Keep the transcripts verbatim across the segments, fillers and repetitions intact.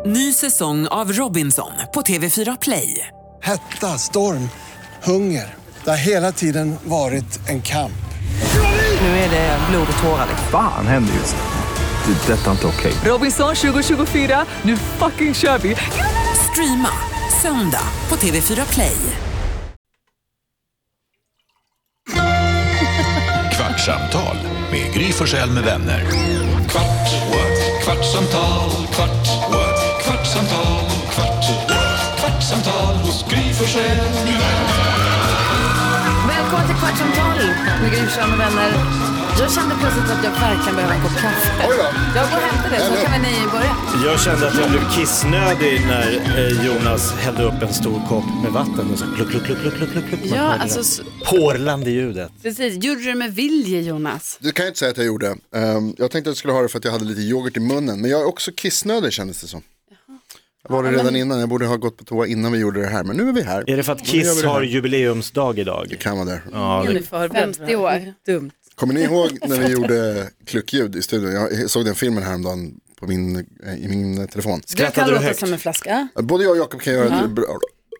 Ny säsong av Robinson på T V fyra Play. Hetta, storm, hunger. Det har hela tiden varit en kamp. Nu är det blod och tårar. Fan händer just det. Det är detta inte okej. Robinson tjugo tjugofyra, nu fucking kör vi. Streama söndag på T V fyra Play. Kvartsamtal med Gry Forssell med vänner. Kvart, what? Kvartsamtal, kvart, what? Kvartsamtal, kvart, what? Kvartsamtal hos Gry Forssell med vänner. Välkommen till Kvartsamtal med Gry Forssell med vänner. Jag kände plötsligt att jag verkligen behöver en kopp kaffe. Oj då. Jag går och hämtar det, så kan vi ni börja. Jag kände att jag blev kissnödig när eh, Jonas hällde upp en stor kopp med vatten och så kluck, kluck, kluck, kluck, kluck, kluck. Ja, alltså s- porlande ljudet. precis. Gjorde du det med vilje, Jonas? Du kan ju inte säga att jag gjorde. Um, jag tänkte att jag skulle ha det för att jag hade lite yoghurt i munnen. Men jag är också kissnödig, kändes det som. Jag var det redan innan. Jag borde ha gått på toa innan vi gjorde det här. Men nu är vi här. Är det för att Kiss har jubileumsdag idag? Det kan vara där. Ja, det... femtio år. Dumt. Kommer ni ihåg när vi gjorde kluckljud i studion? Jag såg den filmen häromdagen på min, i min telefon. Du kan Skrattade du låta högt? som en flaska. Både jag och Jakob kan göra det. Bra.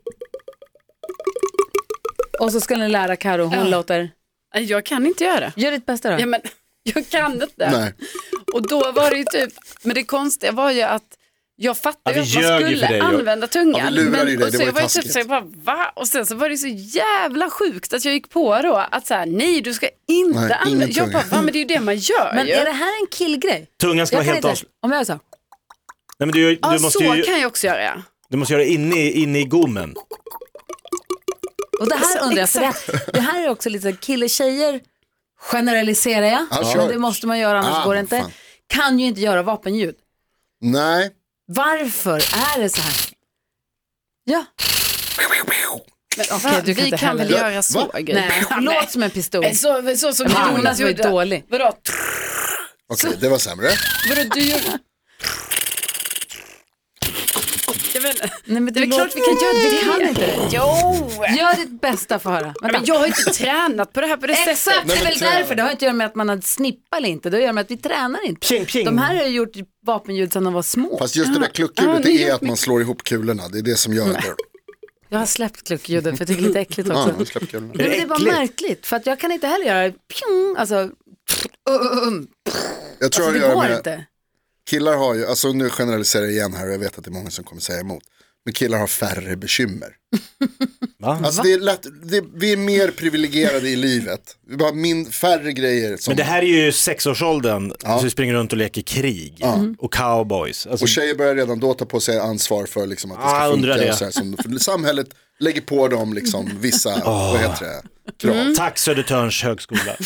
Och så ska ni lära Karo, hon Ja. låter. Jag kan inte göra. Gör ditt bästa då. Ja, men jag kan inte. Nej. Och då var det ju typ, men det konstiga var ju att jag fattade Ja, att vi man ljög ju för skulle dig. använda tungan. Ja, vi lurade ju dig, och det så var ju var jag typ taskigt. så jag bara, va? Och sen så var det så jävla sjukt att jag gick på då att så här, nej du ska inte Nej, ingen använda. Jag tunga. bara, va, men det är ju det man gör Men ju. är det här en killgrej? Tungan ska Jag vara kan helt inte, avsl... om jag gör så. Nej, men du, du, Ja, måste så ju, kan jag också göra, ja. du måste göra det inne, i- inne i gommen. Och det här undrar jag, för det, det här är också lite så här, kille-tjejer generaliserar jag. Ja, Men kör. det måste man göra, annars Ah, går det inte. fan. Kan ju inte göra vapenljud. Nej. Varför är det så här? Ja. Men, Okej, va, du kan vi inte kan väl heller. göra så. Va? Gry. Nej, Ja, låt som en pistol. men Så, så som Men Jonas Jonas var ju gjorde. dålig. Vadå? Okej, det var sämre. Vadå, du gjorde... Jag vet inte. Nej, men Det är låter- klart vi kan göra det. Vi kan inte det. Jo! Gör ditt bästa för att höra. Ja, men jag har ju inte tränat på det här på det Exakt, sättet. det är väl träna. därför. Det har inte att göra med att man har snippat eller inte. Det har att göra med att vi tränar inte. Pjing, pjing. De här har ju gjort vapenljud sedan de var små. Fast just det där Ja, klockljudet, ni det är gjort att man slår ihop kulorna. Det är det som gör det. Jag har släppt klockljudet för jag tycker det är lite äckligt Ja, också. man släpper kulorna. Men det är bara äckligt? märkligt. För att jag kan inte heller göra pjong, alltså, um, Jag tror alltså det det gör går med... inte. Killar har ju, alltså nu generaliserar jag igen här och jag vet att det är många som kommer säga emot. Men killar har färre bekymmer. Va? Alltså det är lätt, det, vi är mer privilegierade i livet. Vi har min, färre grejer. Som, Men det här är ju sexårsåldern, Ja. så vi springer runt och leker krig. Och cowboys. Alltså, och tjejer börjar redan då ta på sig ansvar för liksom att det ska Ja, jag undrar funka. det. Och så här, som, för samhället lägger på dem liksom vissa, vad heter det, krav. Tack Södertörns högskola.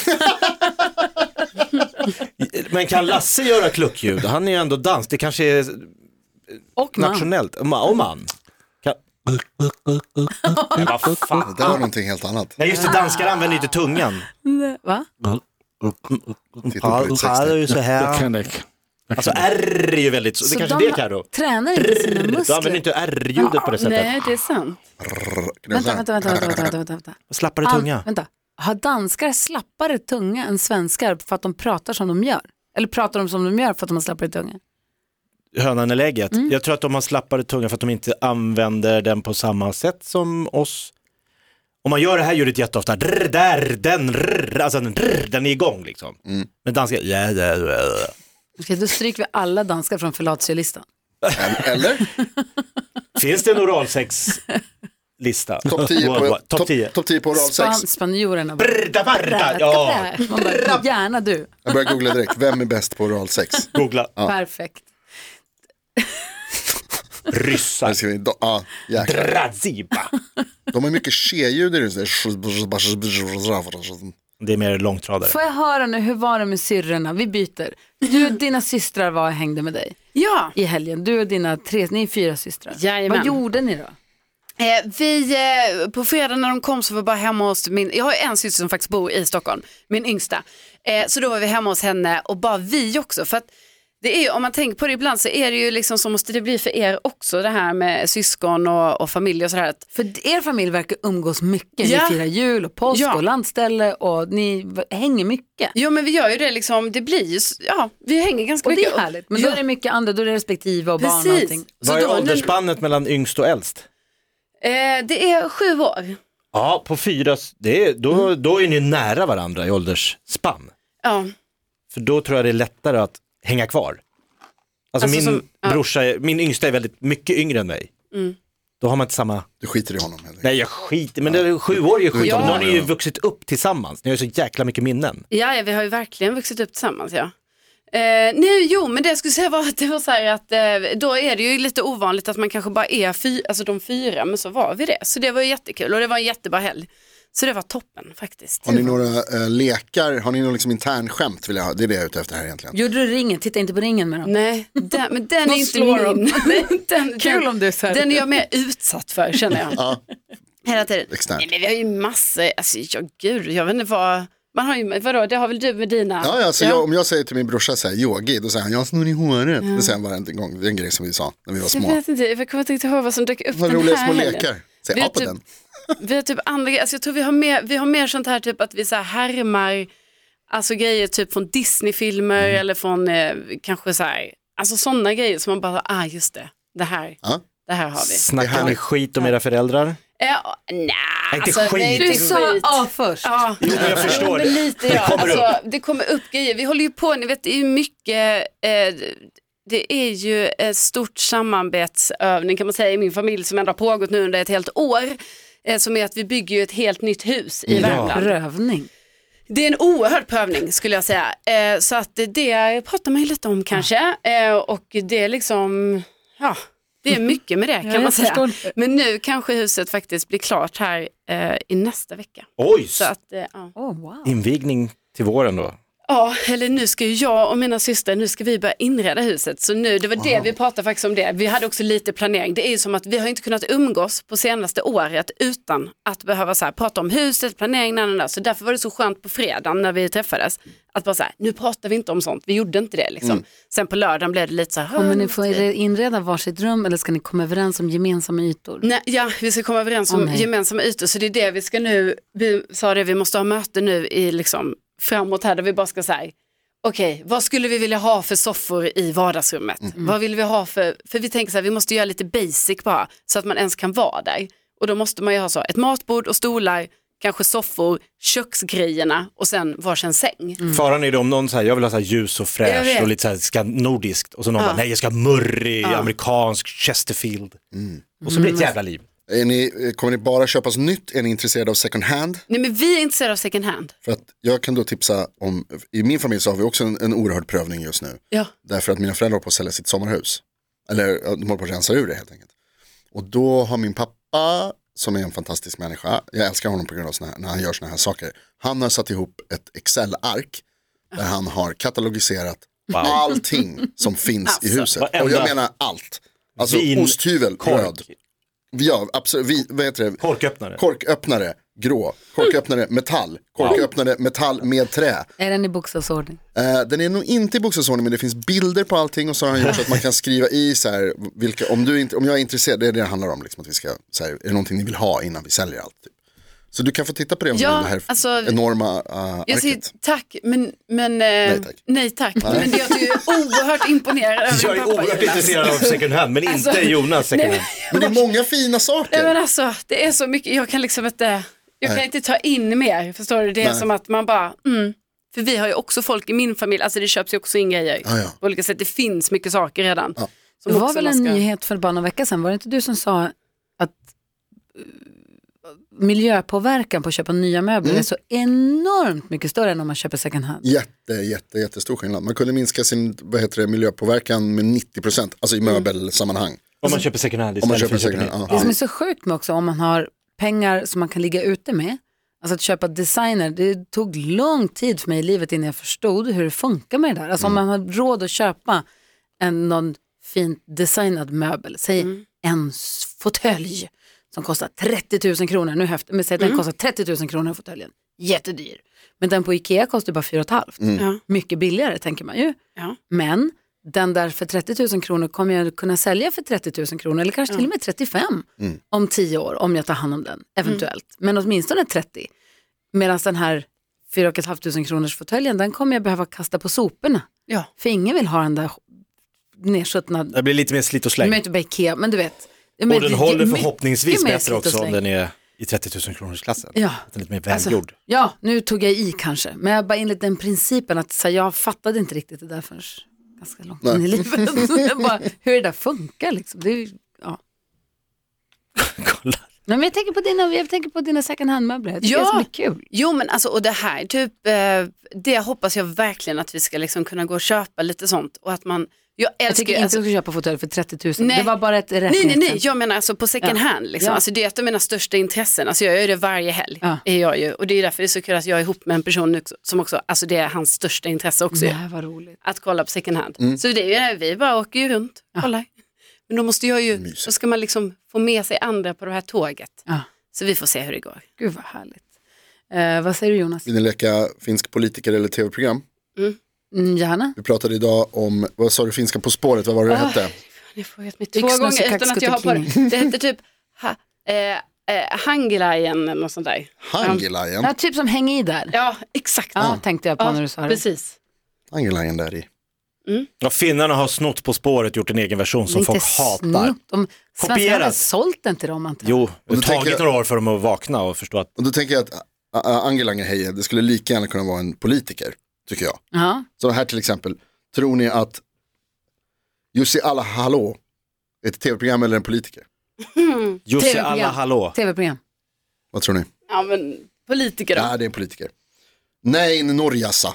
Men kan Lasse göra kluckljud? Han är ju ändå dans. Det kanske är Och man. nationellt. Och man. Och man. Kan... Nej, vad fan. Det där var någonting helt annat. Nej, just det, danskar använder inte tungan. Va? Titta på ditt Ja, det är sextape. ju så här. Kan det. Alltså R är ju väldigt... Det Så kanske de det är Karo. tränar inte sina Du muskler. använder inte R-ljudet på det sättet. Nej, det är sant. Vänta, vänta, vänta, vänta, vänta, vänta, vänta. Slappare An- tunga. vänta. Har danskar slappare tunga än svenskar för att de pratar som de gör? Eller pratar de som de gör för att de har slappare tunga? Hönan eller ägget. Mm. Jag tror att de har slappare tunga för att de inte använder den på samma sätt som oss. Om man gör det här ljudet jätteofta, drr, där, den, rr, alltså den, drr, den är igång liksom. Mm. Men danska, ja, ja, ja. Okej, då stryker vi alla danskar från förlatsiolistan. Eller? Finns det en oralsex-lista? Topp tio på, Topp top, tio. top tio på oral sex. Span- spanjorerna. Brrda, barda, ja. Man bara, gärna du. Jag börjar googla direkt. Vem är bäst på oral sex? Googla. Perfekt. Ryssar. Här ska vi, do, ah, jäklar. Draziba. De har mycket tjeljud i det. Det är mer långtradare. Får jag höra nu, hur var det med syrrorna? Vi byter. Du och dina systrar var och hängde med dig Ja, i helgen. Du och dina tre, ni är fyra systrar. Jajamän. Vad gjorde ni då? eh, vi eh, på fredag när de kom så var vi bara hemma hos min, jag har en syster som faktiskt bor i Stockholm, min yngsta. Eh, så då var vi hemma hos henne och bara vi också, för att Det är ju, om man tänker på det ibland så är det ju liksom så måste det bli för er också det här med syskon och, och familj och sådär. För er familj verkar umgås mycket. Ja. Ni firar jul och påsk Ja. och landställe och ni v- hänger mycket. Jo men vi gör ju det liksom, det blir ju, ja vi hänger ganska Och det mycket. är härligt. Men ja. då är det mycket andra, då är det respektive och barn och Precis. allting. Så Vad är då, nu, åldersspannet mellan yngst och äldst? eh, det är sju år. Ja, på fyra, det är, då, Mm. då är ni nära varandra i åldersspann. Ja. För då tror jag det är lättare att hänga kvar. Alltså, Alltså min som- ja. brorsa, är, min yngsta är väldigt mycket yngre än mig. Mm. Då har man inte samma... Du skiter i honom. Helt Nej, jag skiter, men det är sju år är ju skit. Ja. Då har ni ju vuxit upp tillsammans. Ni har ju så jäkla mycket minnen. Ja, ja, vi har ju verkligen vuxit upp tillsammans, ja. Eh, nej, jo, men det jag skulle säga var att det var så här att eh, då är det ju lite ovanligt att man kanske bara är fy, alltså de fyra, men så var vi det. Så det var ju jättekul och det var en jättebra helg. Så det var toppen faktiskt. Har ni några äh, lekar, har ni någon liksom intern skämt vill jag ha? Det är det jag är ute efter här egentligen. Gjorde du ringen? Titta inte på ringen med dem. Nej, den, men den är Då inte slår de. min. den, Kul den, om du är så här. den är jag mer utsatt för, känner jag. Ja, Hela tiden. externt. Nej, men vi har ju massor, alltså ja, gud, jag vet inte vad, man har ju, vadå, det har väl du med dina? Ja, ja, så Jag, om jag säger till min brorsa så här, yogi, då säger han, jag snor i håret. Det säger han varje gång, det är en grej som vi sa när vi var Jag små. vet inte, jag kommer inte ihåg vad som dök upp Vad den roliga här små helgen. lekar. Säg Vi ja har på typ- den. Vi har typ andra, alltså jag tror vi har mer, vi har mer sånt här typ att vi så här härmar, alltså grejer typ från Disney-filmer Mm. eller från eh, kanske så här, alltså sådana grejer som man bara, ah just det, det här, Ja. det här har vi. Snackar ni skit om era föräldrar? Ja, nej, inte alltså, skit. nej, Du inte sa skit. A först. Ja, Jo, men jag förstår men det. lite ja, alltså, det kommer upp grejer, vi håller ju på, ni vet det är ju mycket, eh, det är ju ett stort samarbetsövning kan man säga i min familj som ändå har pågått nu under ett helt år. Eh, som är att vi bygger ju ett helt nytt hus i Värmland. Prövning. Det är en oerhörd prövning skulle jag säga. Eh, så att det pratar man ju lite om kanske. Eh, och det är liksom, ja, det är mycket med det kan Ja, man jag säga. förstår det. Men nu kanske huset faktiskt blir klart här eh, i nästa vecka. Oj, Så att, eh, ja. Oh, wow. invigning till våren då. Ja, eller nu ska ju jag och mina systrar, nu ska vi börja inreda huset. Så nu, det var det vi pratade faktiskt om det. Vi hade också lite planering. Det är ju som att vi har inte kunnat umgås på senaste året utan att behöva så här, prata om huset, planering, när, när. Så därför var det så skönt på fredagen när vi träffades. Att bara så här, nu pratar vi inte om sånt. Vi gjorde inte det liksom. Mm. Sen på lördagen blev det lite så här. Kommer ni få inreda varsitt rum eller ska ni komma överens om gemensamma ytor? Nej, ja, vi ska komma överens om Åh, nej. gemensamma ytor. Så det är det vi ska nu, vi sa det, vi måste ha möte nu i liksom framåt här där vi bara ska säga. Okej, vad skulle vi vilja ha för soffor i vardagsrummet? Mm. Vad vill vi ha för, för vi tänker så här, vi måste göra lite basic bara så att man ens kan vara där. Och då måste man ju ha så, ett matbord och stolar, kanske soffor, köksgrejerna och sen varsin säng. Mm. Faran är det om någon säger jag vill ha så här ljus och Jag fräsch vet. och lite så här ska nordiskt och så någon Ja. bara nej jag ska ha murrig, Ja. amerikansk, Chesterfield. Mm. Och så blir det ett jävla liv. Är ni, kommer ni bara köpa nytt? Är ni intresserade av second hand? Nej men vi är intresserade av second hand. För att jag kan då tipsa om, i min familj så har vi också en, en oerhörd prövning just nu. Ja. Därför att mina föräldrar håller på att sälja sitt sommarhus. Eller ja, de håller på att rensa ur det helt enkelt. Och då har min pappa, som är en fantastisk människa, jag älskar honom på grund av såna här, när han gör såna här saker. Han har satt ihop ett Excel-ark där han har katalogiserat allting som finns Alltså. i huset. Varenda- Och jag menar allt. Alltså Vin, osthyvel, kork. röd. Ja, absolut. Vi, vad heter det? Korköppnare. Korköppnare, grå. Korköppnare, metall. Korköppnare, metall med trä. Är den i bokstavsordning? Eh, den är nog inte i bokstavsordning men det finns bilder på allting och så har han gjort så att man kan skriva i så här, vilka, om, du inte, om jag är intresserad, det är det det handlar om, liksom, att vi ska, så här, är det någonting ni vill ha innan vi säljer allt? Typ. Så du kan få titta på det om Ja, du vill, det här alltså, enorma uh, Jag säger arket. tack, men, men eh, Nej, tack. Nej tack. Men jag är ju oerhört imponerad över Jag är min pappa, oerhört Jonas. intresserad av second hand men inte Alltså, Jonas second nej, hand. Men det är många fina saker. Nej men alltså, det är så mycket, jag kan liksom inte, jag kan Nej. inte ta in mer, förstår du? Det är Nej. som att man bara, mm. För vi har ju också folk i min familj, alltså det köps ju också in grejer. Ja, ja. På olika sätt, det finns mycket saker redan. Ja. Som Det var också väl man en ska- nyhet för bara några veckor sedan, var det inte du som sa att uh, miljöpåverkan på att köpa nya möbler Mm. är så enormt mycket större än om man köper second hand? Jätte, jätte, jättestor skillnad. Man kunde minska sin vad heter det, miljöpåverkan med nittio procent, alltså i möbelsammanhang. Om man köper second hand Om man istället för köper att second köpa hand, nytt. Det som är så sjukt med också om man har pengar som man kan ligga ute med, alltså att köpa designer, det tog lång tid för mig i livet innan jag förstod hur det funkar med det där. Alltså om man har råd att köpa en någon fint designad möbel, säg en s- fåtölj som kostar trettio tusen kronor, nu höft, men säg att den kostar trettio tusen kronor fåtöljen, jättedyr. Men den på Ikea kostar bara fyra och ett halvt. Ja. Mycket billigare tänker man ju. Ja. Men den där för trettio tusen kronor kommer jag kunna sälja för trettio tusen kronor eller kanske till och med trettiofem Mm. om tio år om jag tar hand om den, eventuellt. Men åtminstone trettio. Medan den här fyra och ett halvt tusen kronors fåtöljen, den kommer jag behöva kasta på soporna. Ja. För ingen vill ha den där nedsuttna. Det blir lite mer slit och släng. Men inte bara Ikea, men du vet. Men, Och den det- håller det- förhoppningsvis mycket mer bättre slit och också om släng. den är i trettio tusen kronors klassen. Ja. Att den är lite mer Alltså, välgjord. ja, nu tog jag i kanske. Men jag bara enligt den principen att så här, jag fattade inte riktigt det där förrän ganska långt in i livet. Jag bara, hur det där funkar liksom. Det är, ju- ja. Kolla. Nej, men jag tänker på dina, jag tänker på dina second hand-möbler. Jag tycker Ja. det är så kul. Jo men alltså och det här typ, eh, det hoppas jag verkligen att vi ska liksom kunna gå och köpa lite sånt och att man, jag Jag älskar tycker ju, inte alltså, du ska köpa fåtölj för trettio tusen. Nej. Det var bara ett rätt nej nej nej, exempel. jag menar alltså på second Ja. hand liksom. Ja. Alltså det är ett av mina största intressen, alltså jag gör det varje helg, Ja. är jag ju. Och det är därför det är så kul att jag är ihop med en person nu som också, alltså det är hans största intresse också ju. Det här var roligt. Att kolla på second hand. Mm. Så det är ju, vi bara åker ju runt, kollar. Men då måste jag ju, Mysigt. då ska man liksom få med sig andra på det här tåget. Ja. Så vi får se hur det går. Gud vad härligt. Eh, vad säger du Jonas? Vill ni leka finsk politiker eller tv-program? Mm, gärna. Vi pratade idag om, vad sa du, finska På spåret, vad var det det hette? Jag har frågat mig två Yxnas och gånger utan att jag har på det. kaxkutekini. Det hette typ ha, eh, eh, Hangelajen eller något sånt där. Hangelajen. Ja, typ som häng i där. Ja, exakt. Ja, tänkte jag på Ja, när du sa det. precis. Hangelajen där i. Ja, finnarna har snott På spåret, gjort en egen version som folk hatar. Snott. De, svenskarna har Kopierat. väl sålt den till dem antar jag. Jo, det Och har då tänker tagit jag- några år för dem att vakna och förstå att Och då tänker jag att uh, Angelanger Heje, det skulle lika gärna kunna vara en politiker, tycker jag. Ja. Så här till exempel, tror ni att Jussi alla hallå är ett tv-program eller en politiker? Jussi Tv-program. alla hallå. Tv-program. Vad tror ni? Ja, men politiker då? Ja, det är en politiker. Nej, en Norjassa.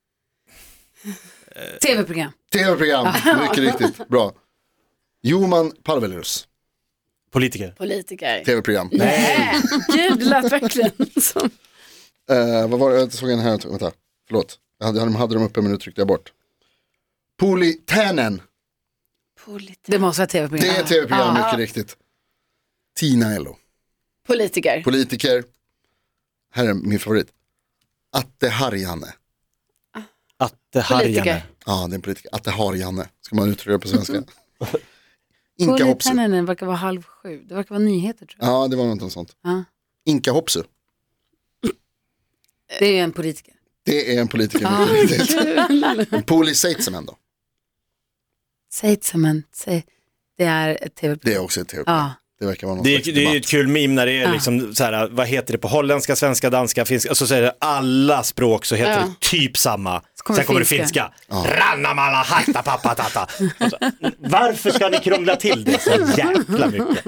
Tv-program. Tv-program, mycket riktigt, bra. Joman Palvelus, Politiker. Politiker. tv-program. Nej, gud, det lät verkligen som... Eh, vad var det, jag såg en här, vänta, förlåt. Jag hade, de hade dem uppe men nu tryckte jag bort. Puli Tänen, Politiker. Det måste vara tv-program. det är ett tv-program, Ja. mycket riktigt. Tina Ello, Politiker. politiker. Här är min favorit. Atte Harjanne. Atte Harjanne. Politiker. Ja, det är en politiker. Atte Harjanne, ska man uttrycka det på svenska. Inka Hopsu. Politenenen verkar vara halv sju. Det verkar vara nyheter tror jag. Ja, det var något sånt. Ja. Inka Hopsu, Det är ju en politiker. det är en politiker, mycket riktigt. Puli Seitsemen då, Seitsemen. Säg. Det är ett tv-program. det är också ett tv-program. Ja. Det verkar vara någon Det är, slags det är ju debatt. ett kul meme när det är Ja. liksom så här, vad heter det på holländska, svenska, danska, finska, och så säger det alla språk så heter Ja. det typ samma. kommer Sen kommer det finska. finska. Rannamala, hatta, pappa, tata. Och så, varför ska ni krångla till det så jäkla mycket?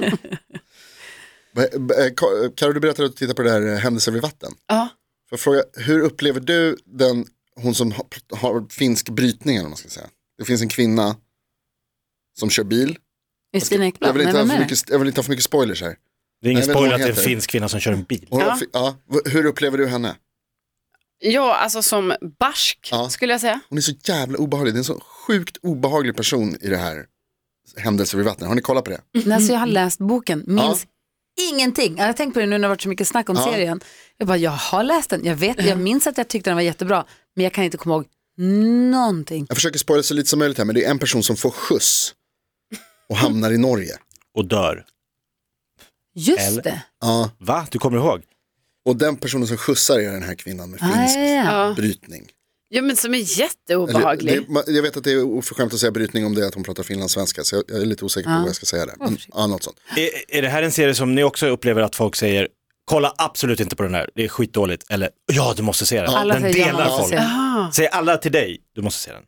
B- b- eh, Ka- Karo, du berättade att du tittar på det här eh, Händelser vid vatten. Ja. För jag fråga, hur upplever du den, hon som har, har finsk brytning eller vad man ska säga. Det finns en kvinna som kör bil. Justina Jag Ekblad. vill, Nej, inte ha vem för är det? mycket, jag vill inte ha för mycket spoilers här. Det är ingen Jag vet spoiler vad att det är hon en heter. finsk kvinna som kör en bil. Hon Ja. har fi- ja, v- hur upplever du henne? Ja, alltså som barsk Ja. skulle jag säga. Hon är så jävla obehaglig. Det är en så sjukt obehaglig person i det här Händelser vid vatten. Har ni kollat på det? Nej, alltså jag har läst boken, minns ingenting. Jag har tänkt på det nu när det har varit så mycket snack om Ja. serien. Jag bara, jag har läst den. Jag vet, jag minns att jag tyckte den var jättebra. Men jag kan inte komma ihåg någonting. Jag försöker spoila så lite som möjligt här, men det är en person som får skjuts och hamnar i Norge. Och dör. Just Eller- det. Ja, Va? Du kommer ihåg? och den personen som skjutsar är den här kvinnan med Ah, finsk ja, ja. Ja. brytning. Ja, men som är Eller, jätteobehaglig. det, ma- jag vet att det är oförskämt att säga brytning om det är att hon pratar finlandssvenska, så jag, jag är lite osäker på vad jag ska säga där. Men, ja, något sånt. Är, är det här en serie som ni också upplever att folk säger kolla absolut inte på den här, det är skitdåligt, eller ja du måste se den, Alla den säger jag delar måste folk. se den. Ah. Säger alla till dig, du måste se den.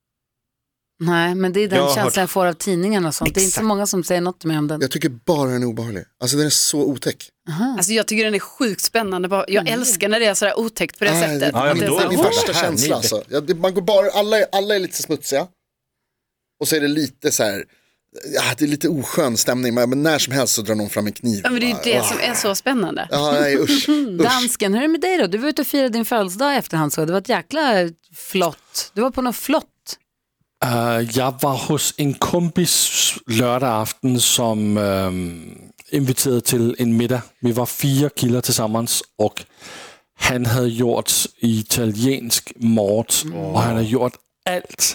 Nej, men det är den Jag har känslan hört- jag får av tidningarna och sånt. Det är inte så Exakt. många som säger något till mig om den. Jag tycker bara den är obehaglig. Alltså den är så otäck. Alltså jag tycker den är sjukt spännande. Bara- Jag älskar när det är sådär otäckt på det Nej, sättet. det, Ja, ja, men det då är är min det värsta det här, känsla. ni- Alltså. Ja, det, man går bara, alla, är, alla är lite smutsiga. Och så är det lite så här, ja, det är lite oskön stämning. Men, men när som helst så drar någon fram en kniv. Ja, men det är ju det Bara, som är så spännande. Ja, nej, usch, usch. Dansken, hur är det med dig då? Du var ute och firade din födelsedag i efterhand så det var ett jäkla flott. Du var på något flott. Uh, jag var hos en kompis lördag aften som um, inviterade till en middag. Vi var fyra killar tillsammans och han hade gjort italiensk mat och han hade gjort allt,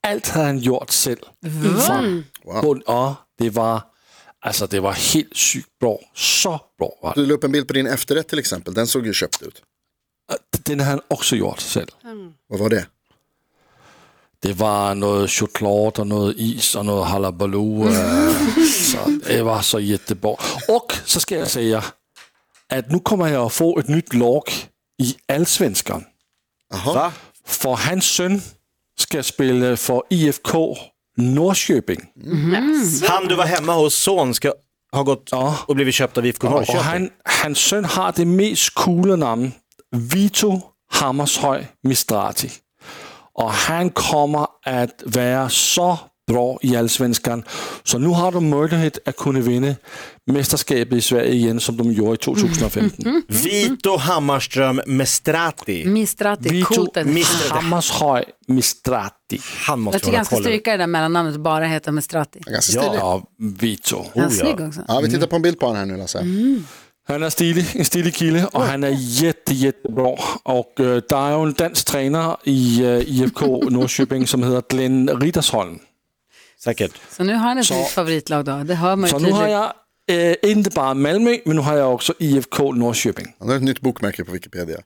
allt hade han gjort själv. Mm. Wow. Ja, det var, alltså det var helt sjukt bra. Så bra var det. Du la upp en bild på din efterrätt till exempel. Den såg ju köpt ut. Den har han också gjort själv. Mm. Vad var det? Det var något choklad och något is och något hallabaloo. Mm. Så det var så jättebra. Och så ska jag säga att nu kommer jag att få ett nytt lag i Allsvenskan. Jaha. För hans son ska spela för I F K Norrköping. Mm. Han du var hemma hos son ska ha gått ja. och blivit köpt av I F K Norrköping. Och han, hans son har det mest coola namn. Vito Hammershøi Mistrati. Och han kommer att vara så bra i Allsvenskan. Så nu har de möjlighet att kunna vinna mästerskapet i Sverige igen som de gjorde i tjugohundrafemton. Mm. Vito Hammarström Mistrati. Mistrati, Vito coolt. Hammershøi Mistrati. Han måste Jag tycker han ska stryka det där mellannamnet och bara heta Mistrati. Ganska Ja, stilig. ja Vito. Han är Oh, snygg ja. också. Ja, vi tittar på en bild på honom här nu, Lasse. Mm. Han är stilig, en stilig kille och han är jätte, jättebra. Och uh, det är ju en dansk tränare i uh, I F K Norrköping som heter Glenn Riddersholm. Säkert. Så nu har han ett Så- nytt favoritlag då. Det hör man ju Så nu tydligt. har jag uh, inte bara Malmö, men nu har jag också I F K Norrköping. Han har ett nytt bokmärke på Wikipedia.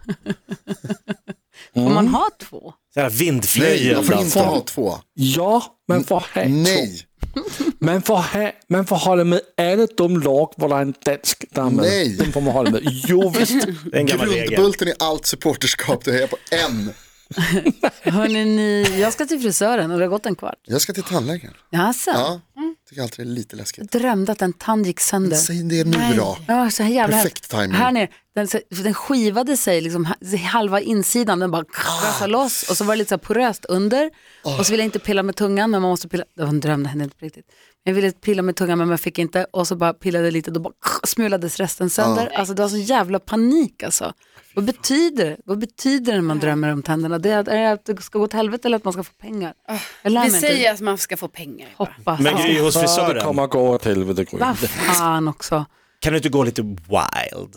Får man ha två? Sådär Nej, vindflöjel. man får inte ha två. Ja, man får ha Nej, två. Man får, ha, man får hålla med alla de lag, där det är en dansk där med. Nej. De får man hålla med. Jo, visst. Det är en gammal regel. grundbulten i allt supporterskap, du hejar på en. Hörrni, ni, jag ska till frisören och det har gått en kvart. Jag ska till tandläkaren. Jaså? Ja, tycker alltid det är lite läskigt. Jag drömde att en tand gick sönder. Säg det nu då. Ja, så här jävla Perfekt timing. Här nere, den, så- den skivade sig liksom ha- halva insidan, den bara krasade loss och så var det lite så här poröst under och så ville jag inte pilla med tungan men man måste pilla, det var en dröm, det hände inte på riktigt. Jag ville pilla med tungan men jag fick inte och så bara pillade lite då bara smulades resten sönder. Alltså det var så jävla panik alltså. Vad betyder det? Vad betyder det när man drömmer om tänderna? Det är, är det att det ska gå till helvete eller att man ska få pengar? Jag lär Vi mig säger inte. att man ska få pengar. bara. Hoppas. Men Gry hos Ja, det frisören. kommer att gå åt helvete. Gry. Vad fan också. Kan du inte gå lite wild?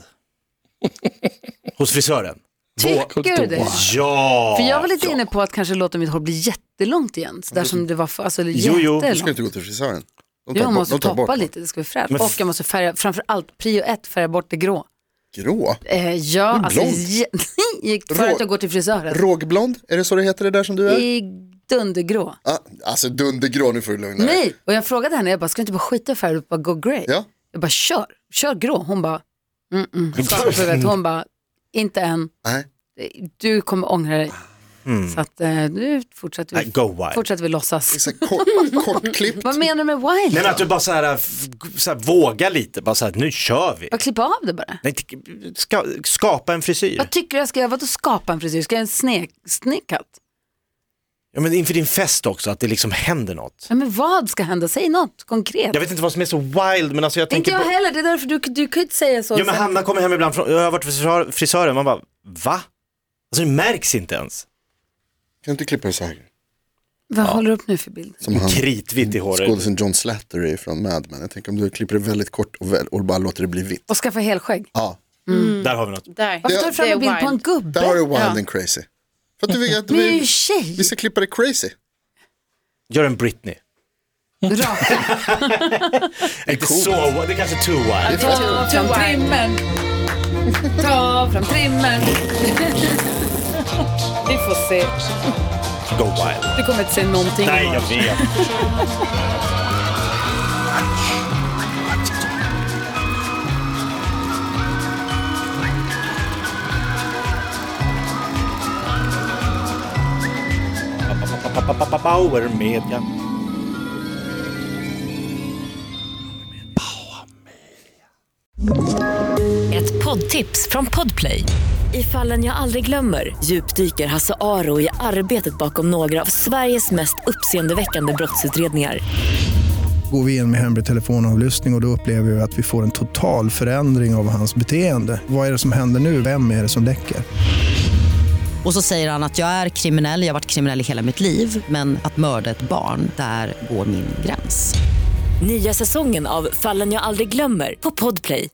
Hos frisören. Tycker du det? Ja. För jag var lite inne på att kanske låta mitt hår bli jättelångt igen. Så där som det var för, alltså Jo, jo. Du ska jättelångt. inte gå till frisören. De tar Jag bort- måste de tar bort toppa det. lite, det ska vara fräscht. Men Och f- jag måste färga, framförallt prio ett, färga bort det grå. Grå? Eh, ja, Du är alltså blond. je- för Rå- att jag går till frisören. Rågblond, är det så det heter det där som du är? I dundergrå. Ah, alltså dundergrå, nu får du lugna dig. Nej, och jag frågade henne, jag bara, ska du inte bara skita i färg och bara gå grey? Ja. Jag bara, kör, kör grå. Hon bara, mm -mm. Skakade på huvudet. Hon bara, inte än. Nej. Du kommer ångra dig. Mm. Så att eh, nu fortsätter Nej, vi, go wild. fortsätter vi låtsas. Så här kort, kortklippt. Vad menar du med wild? Nej men att du bara så här, f- så här våga lite, bara så här, nu kör vi. Jag klipper av det bara. Nej, t- ska, skapa en frisyr. Vad tycker du jag ska göra? Vadå skapa en frisyr? Ska jag en snek, snekkat? Ja, men inför din fest också, att det liksom händer något. Ja, men vad ska hända? Säg något konkret. Jag vet inte vad som är så wild, men alltså jag Inte tänker jag på... heller, det är därför du, du kan ju inte säga så. Ja men sen. Hanna kommer hem ibland från, jag har varit frisör, frisören, man bara, va? Alltså det märks inte ens. Kan du inte klippa det så här? Vad håller du upp nu för bild? Som han, Kritvitt i håret. skådisen John Slattery från Mad Men. Jag tänker om du klipper det väldigt kort och, väl, och bara låter det bli vitt. Och skaffa helskägg. Ja, Där har vi något. Där. Varför tar du fram Det är en bild på en wild. gubbe? där har du wild Ja. and crazy. För att du vill att Men jag är ju vi, tjej. vi ska klippa det crazy. Gör en Britney. Rakt. Inte så, det är kanske too wild. Ta fram trimmen. Ta fram trimmen. Vi får se. Go wild. Du kommer inte se någonting. Nej, jag vet. Power Media. Ett poddtips från Podplay. I Fallen jag aldrig glömmer djupdyker Hasse Aro i arbetet bakom några av Sveriges mest uppseendeväckande brottsutredningar. Går vi in med hemlig telefonavlyssning och, och då upplever vi att vi får en total förändring av hans beteende. Vad är det som händer nu? Vem är det som läcker? Och så säger han att jag är kriminell, jag har varit kriminell i hela mitt liv. Men att mörda ett barn, där går min gräns. Nya säsongen av Fallen jag aldrig glömmer på Podplay.